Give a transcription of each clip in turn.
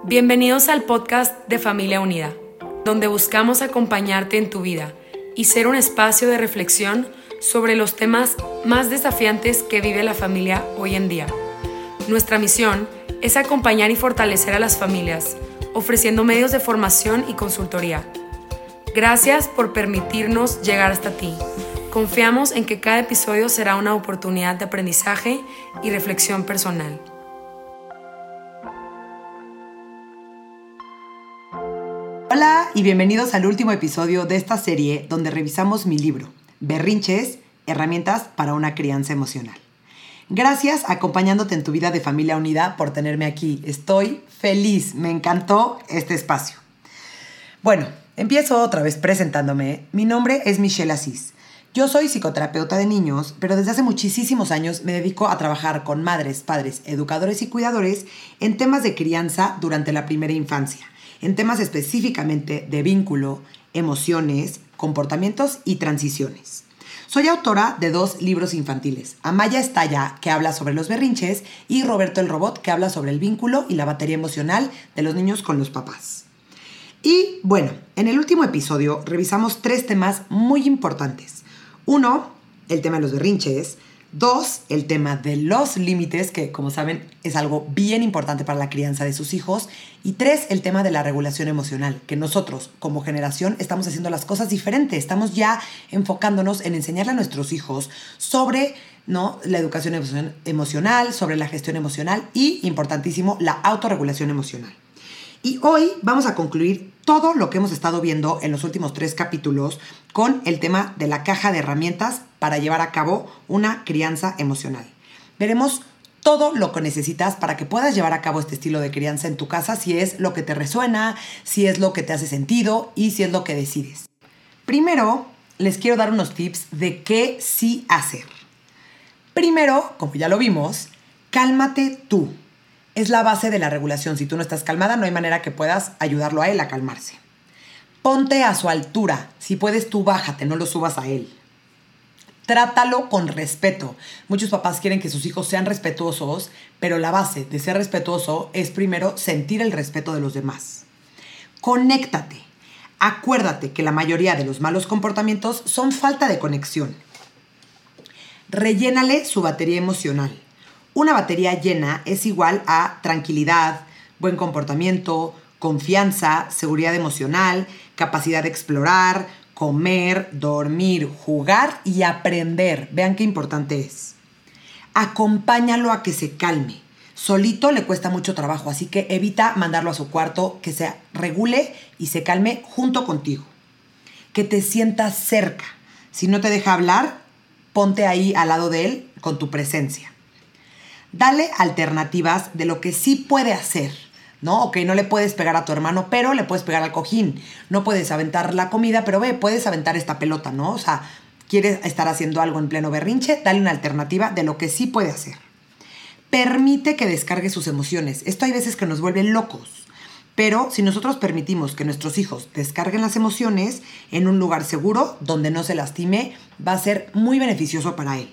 Bienvenidos al podcast de Familia Unida, donde buscamos acompañarte en tu vida y ser un espacio de reflexión sobre los temas más desafiantes que vive la familia hoy en día. Nuestra misión es acompañar y fortalecer a las familias, ofreciendo medios de formación y consultoría. Gracias por permitirnos llegar hasta ti. Confiamos en que cada episodio será una oportunidad de aprendizaje y reflexión personal. Hola y bienvenidos al último episodio de esta serie donde revisamos mi libro, Berrinches, herramientas para una crianza emocional. Gracias acompañándote en tu vida de Familia Unida por tenerme aquí. Estoy feliz, me encantó este espacio. Bueno, empiezo otra vez presentándome. Mi nombre es Michelle Asís. Yo soy psicoterapeuta de niños, pero desde hace muchísimos años me dedico a trabajar con madres, padres, educadores y cuidadores en temas de crianza durante la primera infancia, en temas específicamente de vínculo, emociones, comportamientos y transiciones. Soy autora de 2 libros infantiles, Amaya Estalla, que habla sobre los berrinches, y Roberto el Robot, que habla sobre el vínculo y la batería emocional de los niños con los papás. Y bueno, en el último episodio revisamos 3 temas muy importantes. 1, el tema de los berrinches. 2, el tema de los límites, que como saben es algo bien importante para la crianza de sus hijos. Y 3, el tema de la regulación emocional, que nosotros como generación estamos haciendo las cosas diferentes. Estamos ya enfocándonos en enseñarle a nuestros hijos sobre la educación emocional, sobre la gestión emocional y, importantísimo, la autorregulación emocional. Y hoy vamos a concluir todo lo que hemos estado viendo en los últimos 3 capítulos con el tema de la caja de herramientas para llevar a cabo una crianza emocional. Veremos todo lo que necesitas para que puedas llevar a cabo este estilo de crianza en tu casa, si es lo que te resuena, si es lo que te hace sentido y si es lo que decides. Primero, les quiero dar unos tips de qué sí hacer. Primero, como ya lo vimos, cálmate tú. Es la base de la regulación. Si tú no estás calmada, no hay manera que puedas ayudarlo a él a calmarse. Ponte a su altura. Si puedes, tú bájate, no lo subas a él. Trátalo con respeto. Muchos papás quieren que sus hijos sean respetuosos, pero la base de ser respetuoso es primero sentir el respeto de los demás. Conéctate. Acuérdate que la mayoría de los malos comportamientos son falta de conexión. Rellénale su batería emocional. Una batería llena es igual a tranquilidad, buen comportamiento, confianza, seguridad emocional, capacidad de explorar, comer, dormir, jugar y aprender. Vean qué importante es. Acompáñalo a que se calme. Solito le cuesta mucho trabajo, así que evita mandarlo a su cuarto, que se regule y se calme junto contigo. Que te sientas cerca. Si no te deja hablar, ponte ahí al lado de él con tu presencia. Dale alternativas de lo que sí puede hacer, ¿no? Ok, no le puedes pegar a tu hermano, pero le puedes pegar al cojín. No puedes aventar la comida, pero puedes aventar esta pelota, ¿no? O sea, quieres estar haciendo algo en pleno berrinche, dale una alternativa de lo que sí puede hacer. Permite que descargue sus emociones. Esto hay veces que nos vuelve locos. Pero si nosotros permitimos que nuestros hijos descarguen las emociones en un lugar seguro, donde no se lastime, va a ser muy beneficioso para él.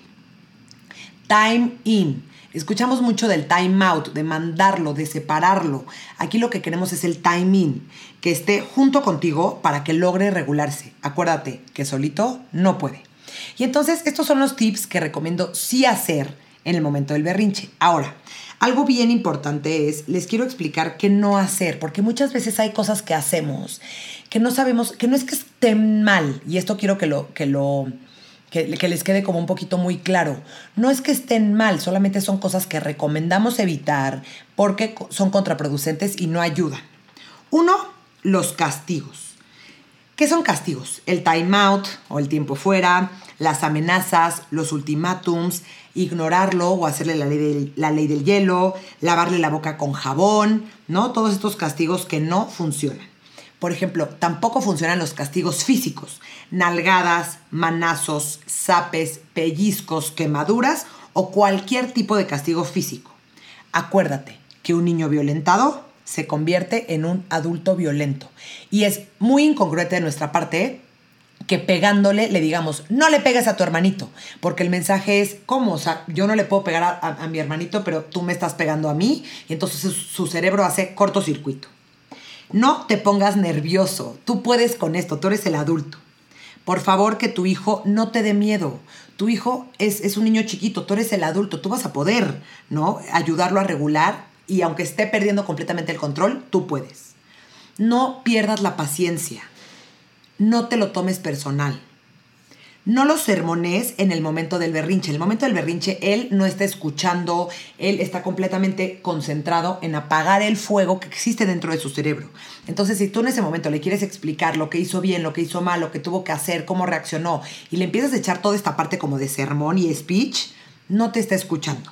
Time in. Escuchamos mucho del time out, de mandarlo, de separarlo. Aquí lo que queremos es el time in, que esté junto contigo para que logre regularse. Acuérdate que solito no puede. Y entonces estos son los tips que recomiendo sí hacer en el momento del berrinche. Ahora, algo bien importante es, les quiero explicar qué no hacer, porque muchas veces hay cosas que hacemos que no sabemos, que no es que estén mal, y esto quiero que les quede como un poquito muy claro. No es que estén mal, solamente son cosas que recomendamos evitar porque son contraproducentes y no ayudan. 1, los castigos. ¿Qué son castigos? El time out o el tiempo fuera, las amenazas, los ultimátums, ignorarlo o hacerle la ley del hielo, lavarle la boca con jabón, ¿no? Todos estos castigos que no funcionan. Por ejemplo, tampoco funcionan los castigos físicos, nalgadas, manazos, zapes, pellizcos, quemaduras o cualquier tipo de castigo físico. Acuérdate que un niño violentado se convierte en un adulto violento y es muy incongruente de nuestra parte que pegándole le digamos, no le pegues a tu hermanito, porque el mensaje es, ¿cómo? O sea, yo no le puedo pegar a mi hermanito, pero tú me estás pegando a mí, y entonces su cerebro hace cortocircuito. No te pongas nervioso, tú puedes con esto, tú eres el adulto. Por favor, que tu hijo no te dé miedo. Tu hijo es un niño chiquito, tú eres el adulto, tú vas a poder, ¿no? Ayudarlo a regular, y aunque esté perdiendo completamente el control, tú puedes. No pierdas la paciencia. No te lo tomes personal. No lo sermones en el momento del berrinche. En el momento del berrinche, él no está escuchando, él está completamente concentrado en apagar el fuego que existe dentro de su cerebro. Entonces, si tú en ese momento le quieres explicar lo que hizo bien, lo que hizo mal, lo que tuvo que hacer, cómo reaccionó, y le empiezas a echar toda esta parte como de sermón y speech, no te está escuchando.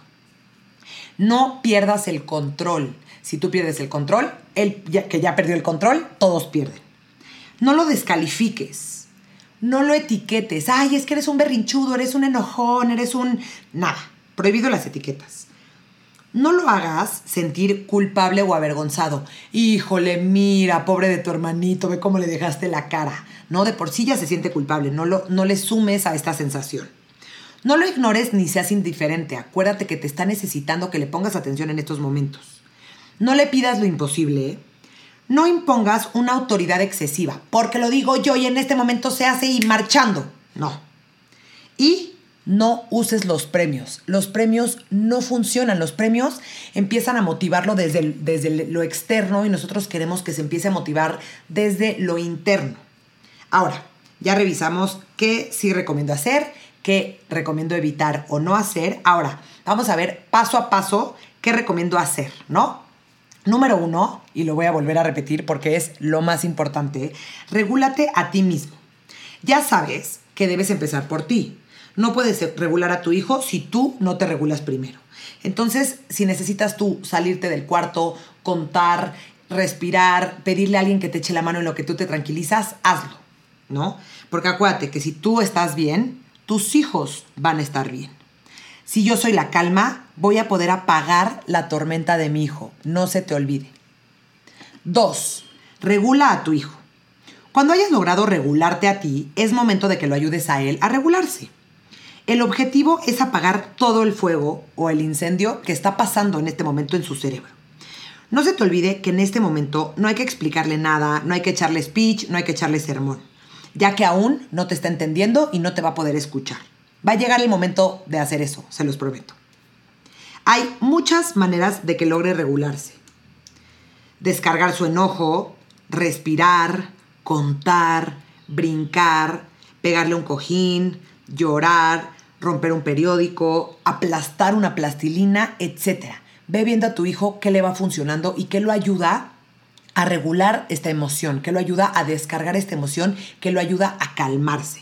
No pierdas el control. Si tú pierdes el control, él que ya perdió el control, todos pierden. No lo descalifiques. No lo etiquetes. Ay, es que eres un berrinchudo, eres un enojón, eres un... Nada. Prohibido las etiquetas. No lo hagas sentir culpable o avergonzado. Híjole, mira, pobre de tu hermanito, ve cómo le dejaste la cara. No, de por sí ya se siente culpable. No le sumes a esta sensación. No lo ignores ni seas indiferente. Acuérdate que te está necesitando que le pongas atención en estos momentos. No le pidas lo imposible, ¿eh? No impongas una autoridad excesiva, porque lo digo yo y en este momento se hace y marchando. No. Y no uses los premios. Los premios no funcionan. Los premios empiezan a motivarlo desde lo externo y nosotros queremos que se empiece a motivar desde lo interno. Ahora, ya revisamos qué sí recomiendo hacer, qué recomiendo evitar o no hacer. Ahora, vamos a ver paso a paso qué recomiendo hacer, ¿no? Número 1, y lo voy a volver a repetir porque es lo más importante, regúlate a ti mismo. Ya sabes que debes empezar por ti. No puedes regular a tu hijo si tú no te regulas primero. Entonces, si necesitas tú salirte del cuarto, contar, respirar, pedirle a alguien que te eche la mano en lo que tú te tranquilizas, hazlo, ¿no? Porque acuérdate que si tú estás bien, tus hijos van a estar bien. Si yo soy la calma, voy a poder apagar la tormenta de mi hijo. No se te olvide. 2. Regula a tu hijo. Cuando hayas logrado regularte a ti, es momento de que lo ayudes a él a regularse. El objetivo es apagar todo el fuego o el incendio que está pasando en este momento en su cerebro. No se te olvide que en este momento no hay que explicarle nada, no hay que echarle speech, no hay que echarle sermón, ya que aún no te está entendiendo y no te va a poder escuchar. Va a llegar el momento de hacer eso, se los prometo. Hay muchas maneras de que logre regularse. Descargar su enojo, respirar, contar, brincar, pegarle un cojín, llorar, romper un periódico, aplastar una plastilina, etc. Ve viendo a tu hijo qué le va funcionando y qué lo ayuda a regular esta emoción, qué lo ayuda a descargar esta emoción, qué lo ayuda a calmarse.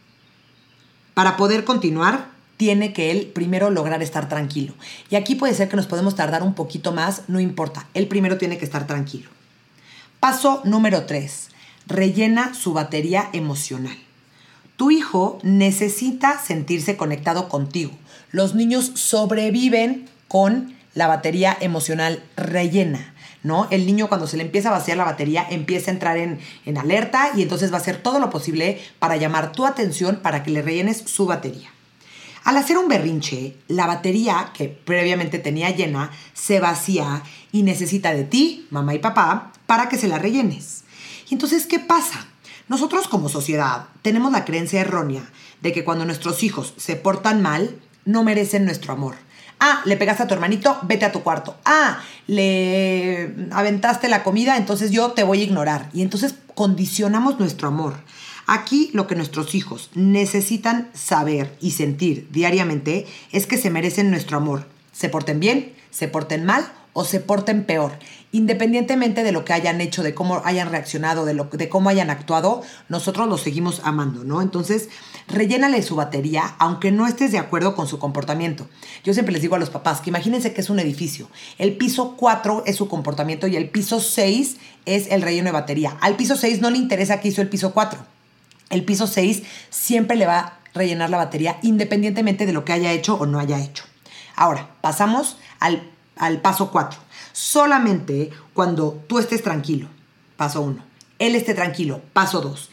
Para poder continuar, tiene que él primero lograr estar tranquilo. Y aquí puede ser que nos podemos tardar un poquito más, no importa. Él primero tiene que estar tranquilo. Paso número 3. Rellena su batería emocional. Tu hijo necesita sentirse conectado contigo. Los niños sobreviven con la batería emocional rellena, ¿no? El niño, cuando se le empieza a vaciar la batería, empieza a entrar en alerta y entonces va a hacer todo lo posible para llamar tu atención para que le rellenes su batería. Al hacer un berrinche, la batería que previamente tenía llena se vacía y necesita de ti, mamá y papá, para que se la rellenes. Y entonces, ¿qué pasa? Nosotros como sociedad tenemos la creencia errónea de que cuando nuestros hijos se portan mal, no merecen nuestro amor. Ah, le pegaste a tu hermanito, vete a tu cuarto. Ah, le aventaste la comida, entonces yo te voy a ignorar. Y entonces condicionamos nuestro amor. Aquí lo que nuestros hijos necesitan saber y sentir diariamente es que se merecen nuestro amor. Se porten bien, se porten mal o se porten peor. Independientemente de lo que hayan hecho, de cómo hayan reaccionado, de cómo hayan actuado, nosotros los seguimos amando, ¿no? Entonces, rellénale su batería, aunque no estés de acuerdo con su comportamiento. Yo siempre les digo a los papás que imagínense que es un edificio. El piso 4 es su comportamiento y el piso 6 es el relleno de batería. Al piso 6 no le interesa qué hizo el piso 4. El piso 6 siempre le va a rellenar la batería independientemente de lo que haya hecho o no haya hecho. Ahora, pasamos al paso 4. Solamente cuando tú estés tranquilo, paso 1. Él esté tranquilo, paso 2.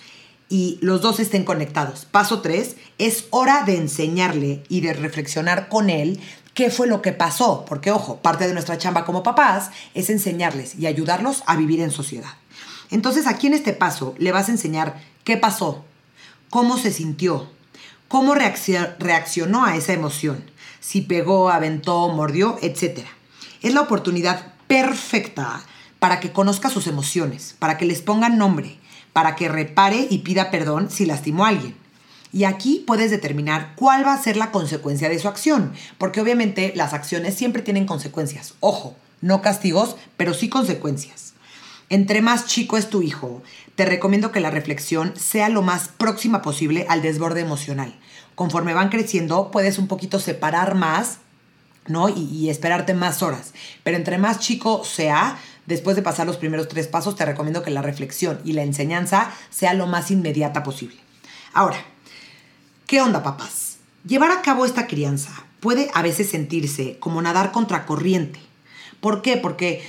y los dos estén conectados. Paso 3, es hora de enseñarle y de reflexionar con él qué fue lo que pasó. Porque, ojo, parte de nuestra chamba como papás es enseñarles y ayudarlos a vivir en sociedad. Entonces, aquí en este paso le vas a enseñar qué pasó, cómo se sintió, cómo reaccionó a esa emoción, si pegó, aventó, mordió, etc. Es la oportunidad perfecta para que conozca sus emociones, para que les ponga nombre, para que repare y pida perdón si lastimó a alguien. Y aquí puedes determinar cuál va a ser la consecuencia de su acción, porque obviamente las acciones siempre tienen consecuencias. Ojo, no castigos, pero sí consecuencias. Entre más chico es tu hijo, te recomiendo que la reflexión sea lo más próxima posible al desborde emocional. Conforme van creciendo, puedes un poquito separar más, ¿no? Y esperarte más horas. Pero entre más chico sea, después de pasar los primeros 3 pasos, te recomiendo que la reflexión y la enseñanza sea lo más inmediata posible. Ahora, ¿qué onda, papás? Llevar a cabo esta crianza puede a veces sentirse como nadar contracorriente. ¿Por qué? Porque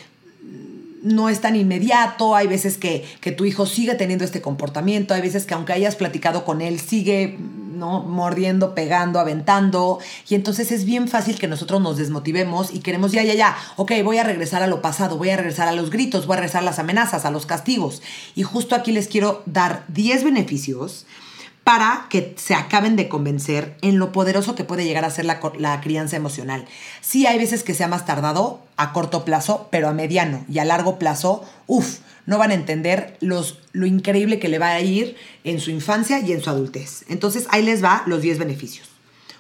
no es tan inmediato, hay veces que tu hijo sigue teniendo este comportamiento, hay veces que aunque hayas platicado con él, sigue, ¿no?, mordiendo, pegando, aventando, y entonces es bien fácil que nosotros nos desmotivemos y queremos ya, ok, voy a regresar a lo pasado, voy a regresar a los gritos, voy a regresar a las amenazas, a los castigos. Y justo aquí les quiero dar 10 beneficios para que se acaben de convencer en lo poderoso que puede llegar a ser la crianza emocional. Sí, hay veces que sea más tardado a corto plazo, pero a mediano y a largo plazo, no van a entender lo increíble que le va a ir en su infancia y en su adultez. Entonces, ahí les va los 10 beneficios.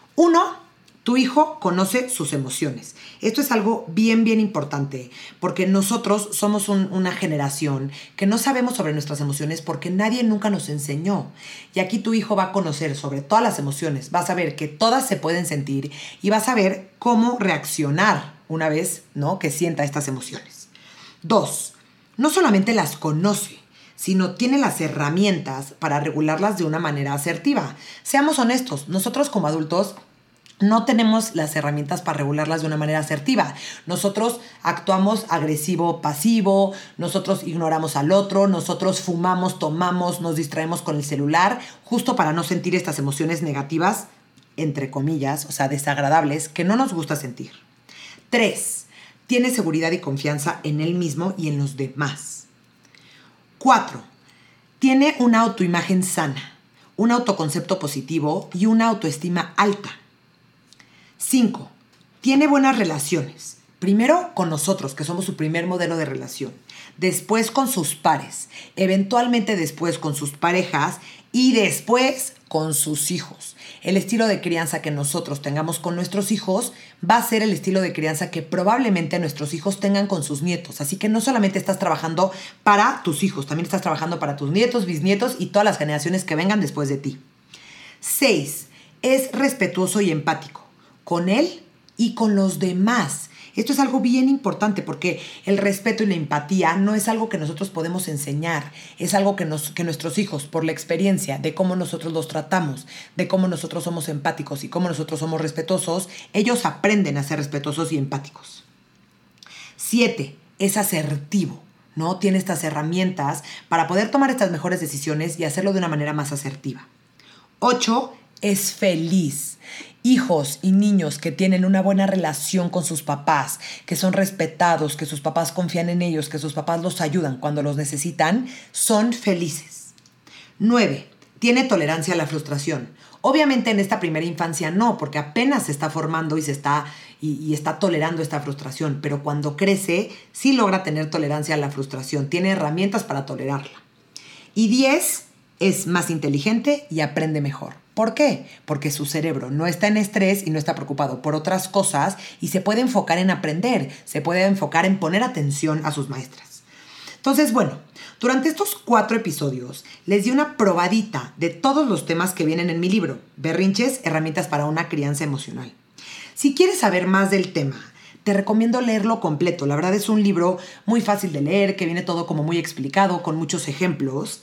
1, tu hijo conoce sus emociones. Esto es algo bien importante, porque nosotros somos una generación que no sabemos sobre nuestras emociones porque nadie nunca nos enseñó. Y aquí tu hijo va a conocer sobre todas las emociones, va a saber que todas se pueden sentir y va a saber cómo reaccionar una vez, ¿no?, que sienta estas emociones. 2, no solamente las conoce, sino tiene las herramientas para regularlas de una manera asertiva. Seamos honestos, nosotros como adultos no tenemos las herramientas para regularlas de una manera asertiva. Nosotros actuamos agresivo-pasivo, nosotros ignoramos al otro, nosotros fumamos, tomamos, nos distraemos con el celular, justo para no sentir estas emociones negativas, entre comillas, o sea, desagradables, que no nos gusta sentir. 3, tiene seguridad y confianza en él mismo y en los demás. 4, tiene una autoimagen sana, un autoconcepto positivo y una autoestima alta. 5, tiene buenas relaciones. Primero con nosotros, que somos su primer modelo de relación. Después con sus pares. Eventualmente después con sus parejas. Y después con sus hijos. El estilo de crianza que nosotros tengamos con nuestros hijos va a ser el estilo de crianza que probablemente nuestros hijos tengan con sus nietos. Así que no solamente estás trabajando para tus hijos, también estás trabajando para tus nietos, bisnietos y todas las generaciones que vengan después de ti. 6, es respetuoso y empático con él y con los demás. Esto es algo bien importante porque el respeto y la empatía no es algo que nosotros podemos enseñar, es algo que nuestros hijos, por la experiencia de cómo nosotros los tratamos, de cómo nosotros somos empáticos y cómo nosotros somos respetuosos, ellos aprenden a ser respetuosos y empáticos. 7, es asertivo, ¿no? Tiene estas herramientas para poder tomar estas mejores decisiones y hacerlo de una manera más asertiva. 8, es feliz. Hijos y niños que tienen una buena relación con sus papás, que son respetados, que sus papás confían en ellos, que sus papás los ayudan cuando los necesitan, son felices. 9, tiene tolerancia a la frustración. Obviamente en esta primera infancia no, porque apenas se está formando y está tolerando esta frustración, pero cuando crece sí logra tener tolerancia a la frustración, tiene herramientas para tolerarla. Y 10, es más inteligente y aprende mejor. ¿Por qué? Porque su cerebro no está en estrés y no está preocupado por otras cosas y se puede enfocar en aprender, se puede enfocar en poner atención a sus maestras. Entonces, bueno, durante estos 4 episodios les di una probadita de todos los temas que vienen en mi libro, Berrinches, herramientas para una crianza emocional. Si quieres saber más del tema, te recomiendo leerlo completo. La verdad es un libro muy fácil de leer, que viene todo como muy explicado, con muchos ejemplos.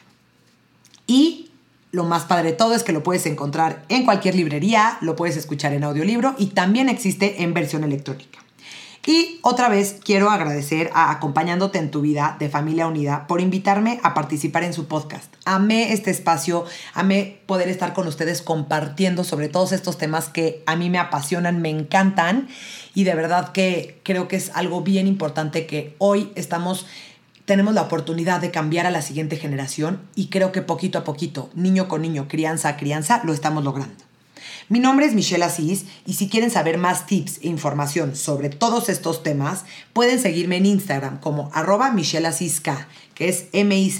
Y lo más padre de todo es que lo puedes encontrar en cualquier librería, lo puedes escuchar en audiolibro y también existe en versión electrónica. Y otra vez quiero agradecer a Acompañándote en tu Vida de Familia Unida por invitarme a participar en su podcast. Amé este espacio, amé poder estar con ustedes compartiendo sobre todos estos temas que a mí me apasionan, me encantan y de verdad que creo que es algo bien importante que hoy tenemos la oportunidad de cambiar a la siguiente generación y creo que poquito a poquito, niño con niño, crianza a crianza, lo estamos logrando. Mi nombre es Michelle Asís y si quieren saber más tips e información sobre todos estos temas, pueden seguirme en Instagram como @MichelleAsísK, que es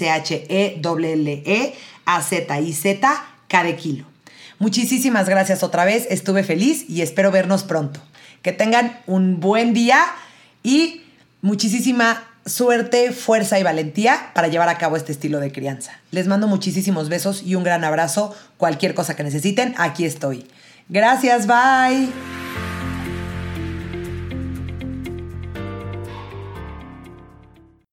MICHELLEAZIZK de kilo. Muchísimas gracias otra vez, estuve feliz y espero vernos pronto. Que tengan un buen día y muchísima suerte, fuerza y valentía para llevar a cabo este estilo de crianza. Les mando muchísimos besos y un gran abrazo. Cualquier cosa que necesiten, aquí estoy. Gracias, bye.